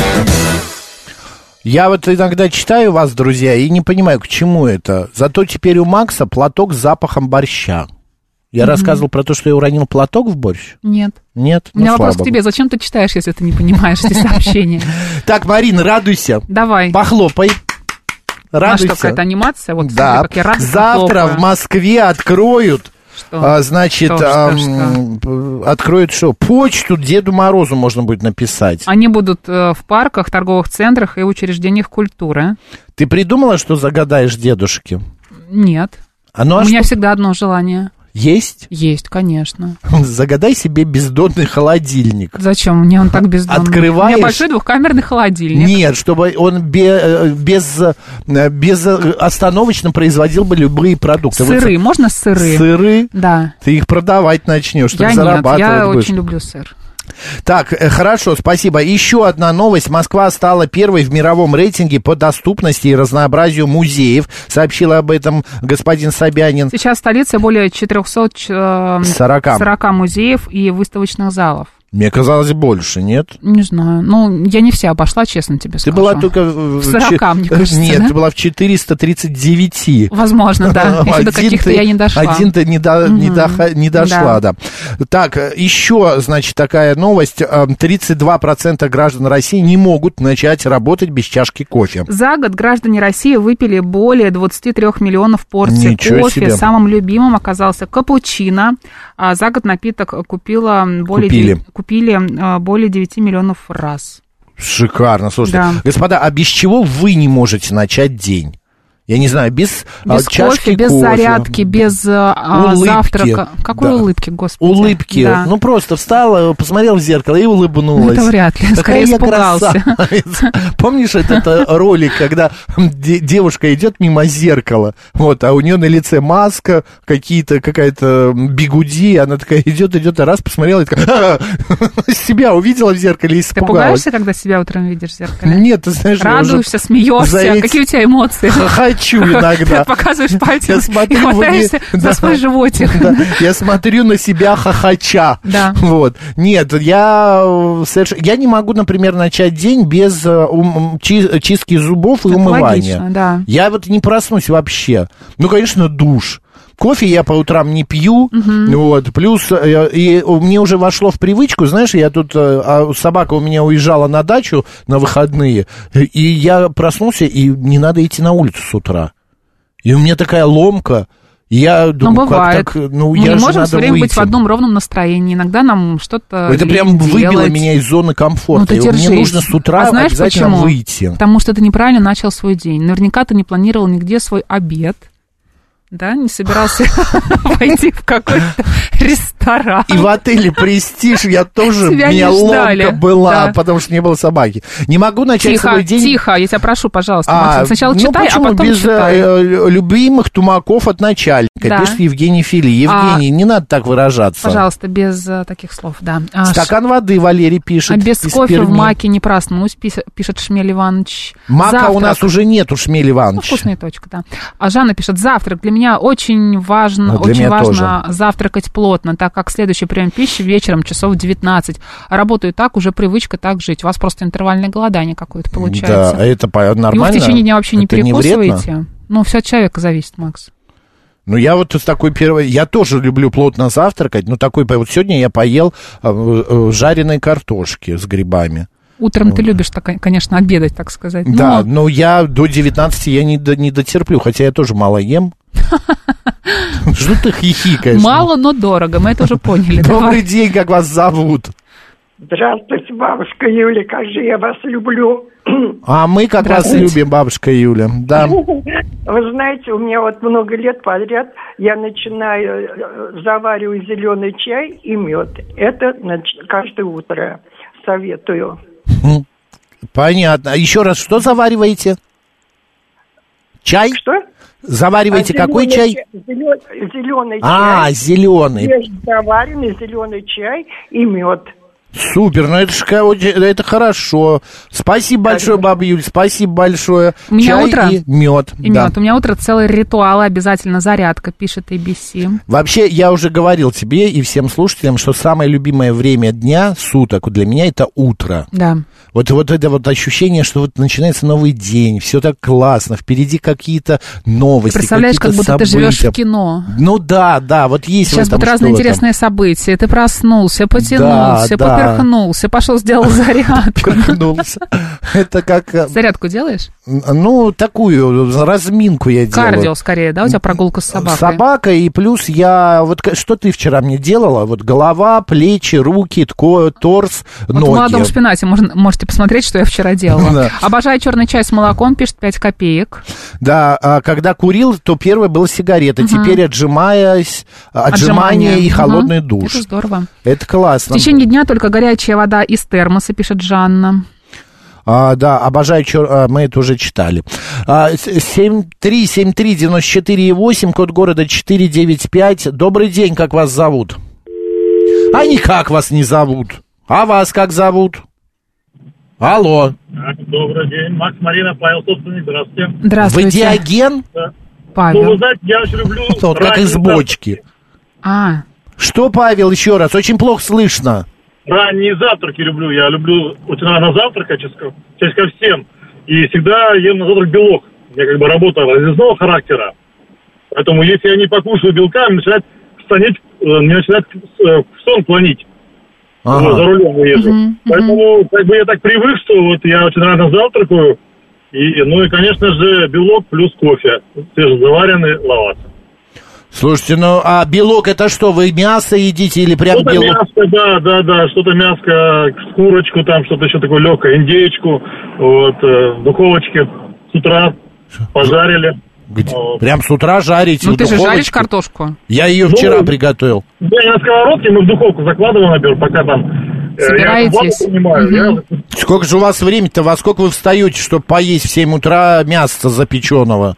Я вот иногда читаю вас, друзья, и не понимаю, к чему это. Зато теперь у Макса платок с запахом борща. Я mm-hmm. рассказывал про то, что я уронил платок в борщ? Нет. Нет? У меня ну, вопрос к тебе. Зачем ты читаешь, если ты не понимаешь эти сообщения? Так, Марина, радуйся. Давай. Похлопай. Радуйся. А что, какая-то анимация? Вот, да. Как я рада, завтра в Москве откроют... Что? А, значит, что, а, что, что? откроют что? Почту Деду Морозу можно будет написать. Они будут э, в парках, торговых центрах и учреждениях культуры. Ты придумала, что загадаешь дедушке? Нет. А ну, а У что? меня всегда одно желание. Есть? Есть, конечно. Загадай себе бездонный холодильник. Зачем? Мне он так бездонный. Открываешь... У меня большой двухкамерный холодильник. Нет, чтобы он без, без остановочно производил бы любые продукты. Сыры, вот, можно сыры? Сыры? Да. Ты их продавать начнешь, я зарабатывать нет, я будешь. очень люблю сыр. Так, хорошо, спасибо. Еще одна новость. Москва стала первой в мировом рейтинге по доступности и разнообразию музеев. Сообщил об этом господин Собянин. Сейчас в столице более четыреста сорок музеев и выставочных залов. Мне казалось, больше, нет? Не знаю. Ну, я не вся обошла, честно тебе скажу. Ты была только... В сорока, мне кажется, Нет, да? ты была в четыреста тридцать девять. Возможно, да. Еще до каких-то я не дошла. Один ты не, до, угу. не, до, не дошла, да. да. Так, еще, значит, такая новость. тридцать два процента граждан России не могут начать работать без чашки кофе. За год граждане России выпили более двадцать три миллионов порций Ничего кофе. Себе. Самым любимым оказался капучино. А за год напиток купила более... Купили. Купили более девяти миллионов раз. Шикарно, слушайте. Да. Господа, а без чего вы не можете начать день? Я не знаю, без, без чашки кофе, без кофе, зарядки, без а, завтрака. Какой да. улыбки, господи. Улыбки. Да. Ну, просто встала, посмотрела в зеркало и улыбнулась. Ну, это вряд ли, скорее испугался. Помнишь этот ролик, когда девушка идет мимо зеркала, вот, а у нее на лице маска, какие-то, какая-то бигуди, она такая идет, идет, а раз посмотрела и такая, себя увидела в зеркале и испугалась. Ты пугаешься, когда себя утром видишь в зеркале? Нет, ты знаешь... Радуешься, смеешься, какие у тебя эмоции? Хочу иногда. Показываешь пальцем смотрю, и хватаешься вы... за да. свой животик. Да. Я смотрю на себя хохоча. Да. Вот. Нет, я совершенно... Я не могу, например, начать день без ум... чистки зубов и это умывания. Логично, да. Я вот не проснусь вообще. Ну, конечно, душ. Кофе я по утрам не пью, uh-huh. вот, плюс, и мне уже вошло в привычку, знаешь, я тут, а собака у меня уезжала на дачу на выходные, и я проснулся, и не надо идти на улицу с утра. И у меня такая ломка, я думаю, ну, бывает. как так, ну, мы я не же можем надо все время выйти. быть в одном ровном настроении, иногда нам что-то это прям выбило делать. меня из зоны комфорта, ну, и мне нужно с утра а знаешь, обязательно почему? выйти. Потому что ты неправильно начал свой день, наверняка ты не планировал нигде свой обед. Да, не собирался пойти в какой-то ресторан. И в отеле «Престиж» я тоже, у меня ломка была, потому что не было собаки. Не могу начать свой день... Тихо, я тебя прошу, пожалуйста, Максим, сначала читай, а потом без читай. любимых тумаков от начальника, пишет Евгений Фили. Евгений, не надо так выражаться. Пожалуйста, без таких слов, да. Стакан воды, Валерий пишет. А без кофе в маке не проснусь, пишет Шмель Иванович. Мака у нас уже нету, Шмель Иванович. Вкусная точка, да. А Жанна пишет, завтрак для меня очень важно, а очень важно тоже. завтракать плотно, так как следующий прием пищи вечером часов девятнадцать. Работаю так, уже привычка так жить. У вас просто интервальное голодание какое-то получается. Да, это нормально. И вы в течение дня вообще не это перекусываете? Не ну, все от человека зависит, Макс. Ну, я вот с такой первой... Я тоже люблю плотно завтракать, но такой... Вот сегодня я поел жареной картошки с грибами. Утром ты любишь, так, конечно, обедать, так сказать. Да, но... но я до девятнадцати я не, до, не дотерплю, хотя я тоже мало ем. Что ты хихикаешь? Мало, но дорого, мы это уже поняли. Добрый день, как вас зовут? Здравствуйте, бабушка Юля, как же я вас люблю. А мы как вас любим, бабушка Юля, да. Вы знаете, у меня вот много лет подряд я начинаю заваривать зеленый чай и мед. Это каждое утро советую. Понятно. А еще раз, что завариваете? Чай? Что? Завариваете а какой чай? чай? Зеленый, зеленый а, чай. А, зеленый. Заваренный зеленый чай и мед. Супер, ну это ж это хорошо. Спасибо большое, баба Юль, спасибо большое. У меня Чай утро и мед. И да. мед. У меня утро целый ритуал, обязательно зарядка, пишет эй би си. Вообще, я уже говорил тебе и всем слушателям, что самое любимое время дня, суток для меня это утро. Да. Вот, вот это вот ощущение, что вот начинается новый день, все так классно, впереди какие-то новости, ты представляешь, какие-то как будто события. ты живешь в кино. Ну да, да, вот есть сейчас в этом будут разные что-то. Интересные события. Ты проснулся, потянулся, да, поперхнулся, да. Пошел сделал зарядку. Поперхнулся. Это как... Зарядку делаешь? Ну, такую разминку я делаю. Кардио скорее, да? У тебя прогулка с собакой? Собака, и плюс я... Вот что ты вчера мне делала? Вот голова, плечи, руки, торс, ноги. Вот в «Молодом шпинате» можно, можете посмотреть, что я вчера делала. Да. Обожаю черный чай с молоком, пишет пять копеек. Да, а когда курил, то первое было сигарета. Угу. Теперь отжимаясь, отжимание, отжимание и холодный угу. душ. Это здорово. Это классно. В течение дня только горячая вода из термоса, пишет Жанна. А, да, обожаю, чер... мы это уже читали. семь три семь три девяносто четыре восемь, код города четыре девять пять. Добрый день, как вас зовут? А никак вас не зовут. А вас как зовут? Алло. Добрый день. Макс, Марина, Павел, собственник. Здравствуйте. Здравствуйте. Вы Диоген? Да. Павел. Ну, вы знаете, я очень люблю... Вот как из бочки. А. Что, Павел, еще раз? Очень плохо слышно. Ранние завтраки люблю. Я люблю очень рано завтракать, чаще ко всем. И всегда ем на завтрак белок. Я как бы работа разъездного характера. Поэтому если я не покушаю белка, мне начинает станет, мне начинает сон клонить. Ага. Вот, за рулем езжу. Uh-huh, uh-huh. Поэтому как бы я так привык, что вот я очень рано завтракаю. И, ну и, конечно же, белок плюс кофе. Свежезаваренный лаваш. Слушайте, ну а белок это что, вы мясо едите или прям что-то белок? Мяско, да, да, да, что-то мяско, курочку там, что-то еще такое легкое, индейку, вот, в духовочке с утра пожарили. Где? Вот. Прям с утра жарите? Ну в ты духовочке? же жаришь картошку. Я ее ну, вчера приготовил. Да, я на сковородке, мы в духовку закладываем, например, пока там... Собираетесь? Я понимаю, угу. я... Сколько же у вас времени-то? Во сколько вы встаете, чтобы поесть в семь утра мясо запеченного?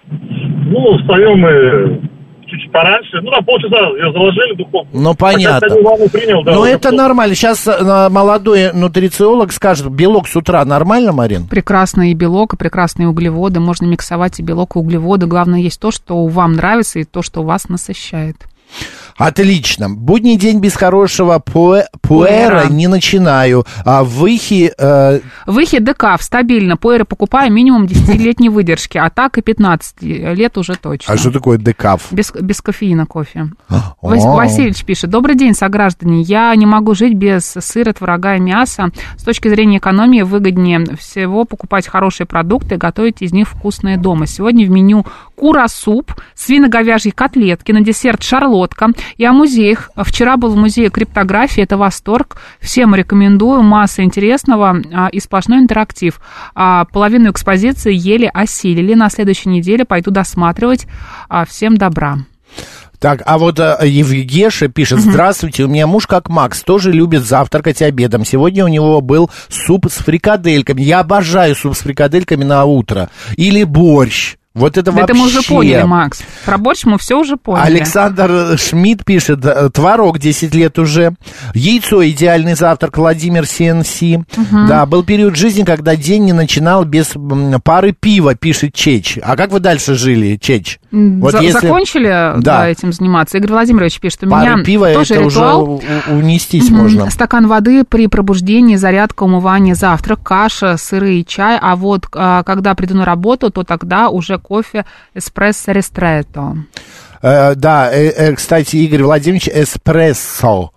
Ну, встаем мы... чуть пораньше, ну, на полчаса ее заложили в духовку. Ну, понятно. Принял, да, ну, вот это что. Нормально. Сейчас молодой нутрициолог скажет, белок с утра нормально, Марин? Прекрасный белок и прекрасные углеводы. Можно миксовать и белок, и углеводы. Главное, есть то, что вам нравится, и то, что вас насыщает. Отлично. Будний день без хорошего пуэ... пуэра не начинаю. А выхи... Э... Выхи декаф стабильно. Пуэры покупаю минимум десятилетней выдержки. А так и пятнадцать лет уже точно. А что такое декаф? Без, без кофеина кофе. Вас... Васильевич пишет. Добрый день, сограждане. Я не могу жить без сыра, творога и мяса. С точки зрения экономии выгоднее всего покупать хорошие продукты и готовить из них вкусное дома. Сегодня в меню кура-суп, свино-говяжьи котлетки, на десерт шарлотка. И о музеях. Вчера был в музее криптографии, это восторг. Всем рекомендую, масса интересного а, и сплошной интерактив. А, половину экспозиции еле осилили. На следующей неделе пойду досматривать. А, всем добра. Так, а вот а, Евгеша пишет, здравствуйте, у меня муж, как Макс, тоже любит завтракать обедом. Сегодня у него был суп с фрикадельками. Я обожаю суп с фрикадельками на утро. Или борщ. Вот это вообще... Это мы уже поняли, Макс. Про борщ мы все уже поняли. Александр Шмидт пишет, творог десять лет уже, яйцо идеальный завтрак, Владимир си эн си. Угу. Да, был период жизни, когда день не начинал без пары пива, пишет Чеч. А как вы дальше жили, Чеч? Вот За- если... Закончили да. Да, этим заниматься? Игорь Владимирович пишет, у пары меня пива тоже это ритуал. Уже унестись угу. можно. Стакан воды при пробуждении, зарядка, умывание, завтрак, каша, сыры и чай. А вот а, когда приду на работу, то тогда уже кофе эспрессо ристретто. Э, да, э, э, кстати, Игорь Владимирович, эспрессо.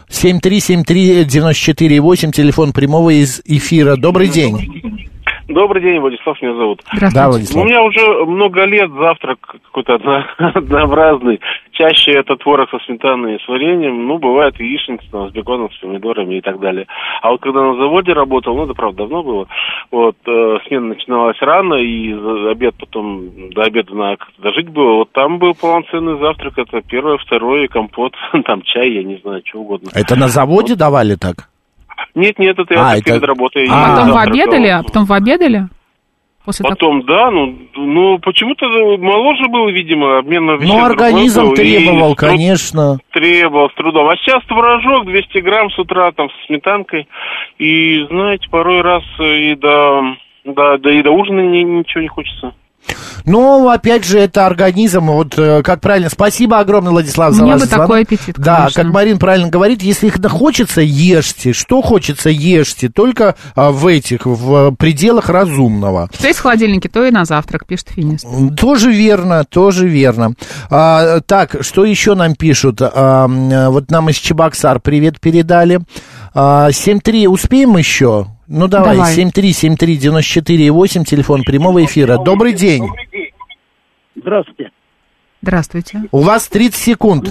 семь три семь три девять четыре восемь, телефон прямого из эфира. Добрый день. Добрый день, Владислав меня зовут. Да, Владислав. У меня уже много лет завтрак какой-то однообразный. Чаще это творог со сметаной и с вареньем. Ну, бывает яичница там, с беконом, с помидорами и так далее. А вот когда на заводе работал, ну, это правда давно было, вот, э, смена начиналась рано, и обед потом, до обеда надо как-то дожить было. Вот там был полноценный завтрак, это первое, второе, компот, там чай, я не знаю, что угодно. Это на заводе вот давали так? Нет, нет, это я а, так это... перед работой. А потом вы обедали? А потом вы обедали? После потом, так... да, ну, ну, почему-то моложе был, видимо, обмен на вещества. Ну, организм требовал, и, конечно. Требовал с трудом. А сейчас творожок двести грамм с утра, там, с сметанкой. И, знаете, порой раз и до, до, до, и до ужина ни, ничего не хочется. Ну, опять же, это организм, вот как правильно, спасибо огромное, Владислав, за Мне ваш бы звонок. Такой аппетит, да, конечно. как Марин правильно говорит, если их хочется, ешьте, что хочется, ешьте, только а, в этих, в пределах разумного. Что есть в холодильнике, то и на завтрак, пишет Финист. Тоже верно, тоже верно. А, так, что еще нам пишут? А, вот нам из Чебоксар привет передали. А, семь три, успеем еще? Ну, давай, давай. семь три семь три девять четыре восемь, телефон прямого эфира. Добрый день. Здравствуйте. Здравствуйте. У вас тридцать секунд.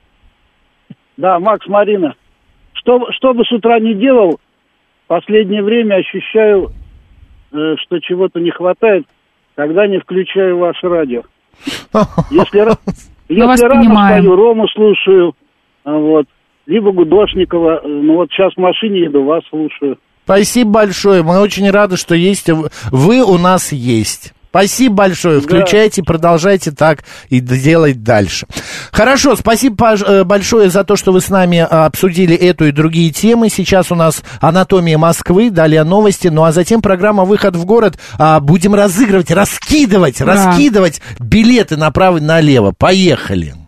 Да, Макс, Марина. Что, что бы с утра ни делал, в последнее время ощущаю, э, что чего-то не хватает, когда не включаю ваше радио. Если, если рано встаю, Рому слушаю, вот, либо Гудошникова, ну вот сейчас в машине еду, вас слушаю. Спасибо большое. Мы очень рады, что есть. Вы у нас есть. Спасибо большое. Включайте, да. Продолжайте так и делать дальше. Хорошо, спасибо большое за то, что вы с нами обсудили эту и другие темы. Сейчас у нас «Анатомия Москвы», далее новости, ну а затем программа «Выход в город». Будем разыгрывать, раскидывать, да. раскидывать билеты направо и налево. Поехали.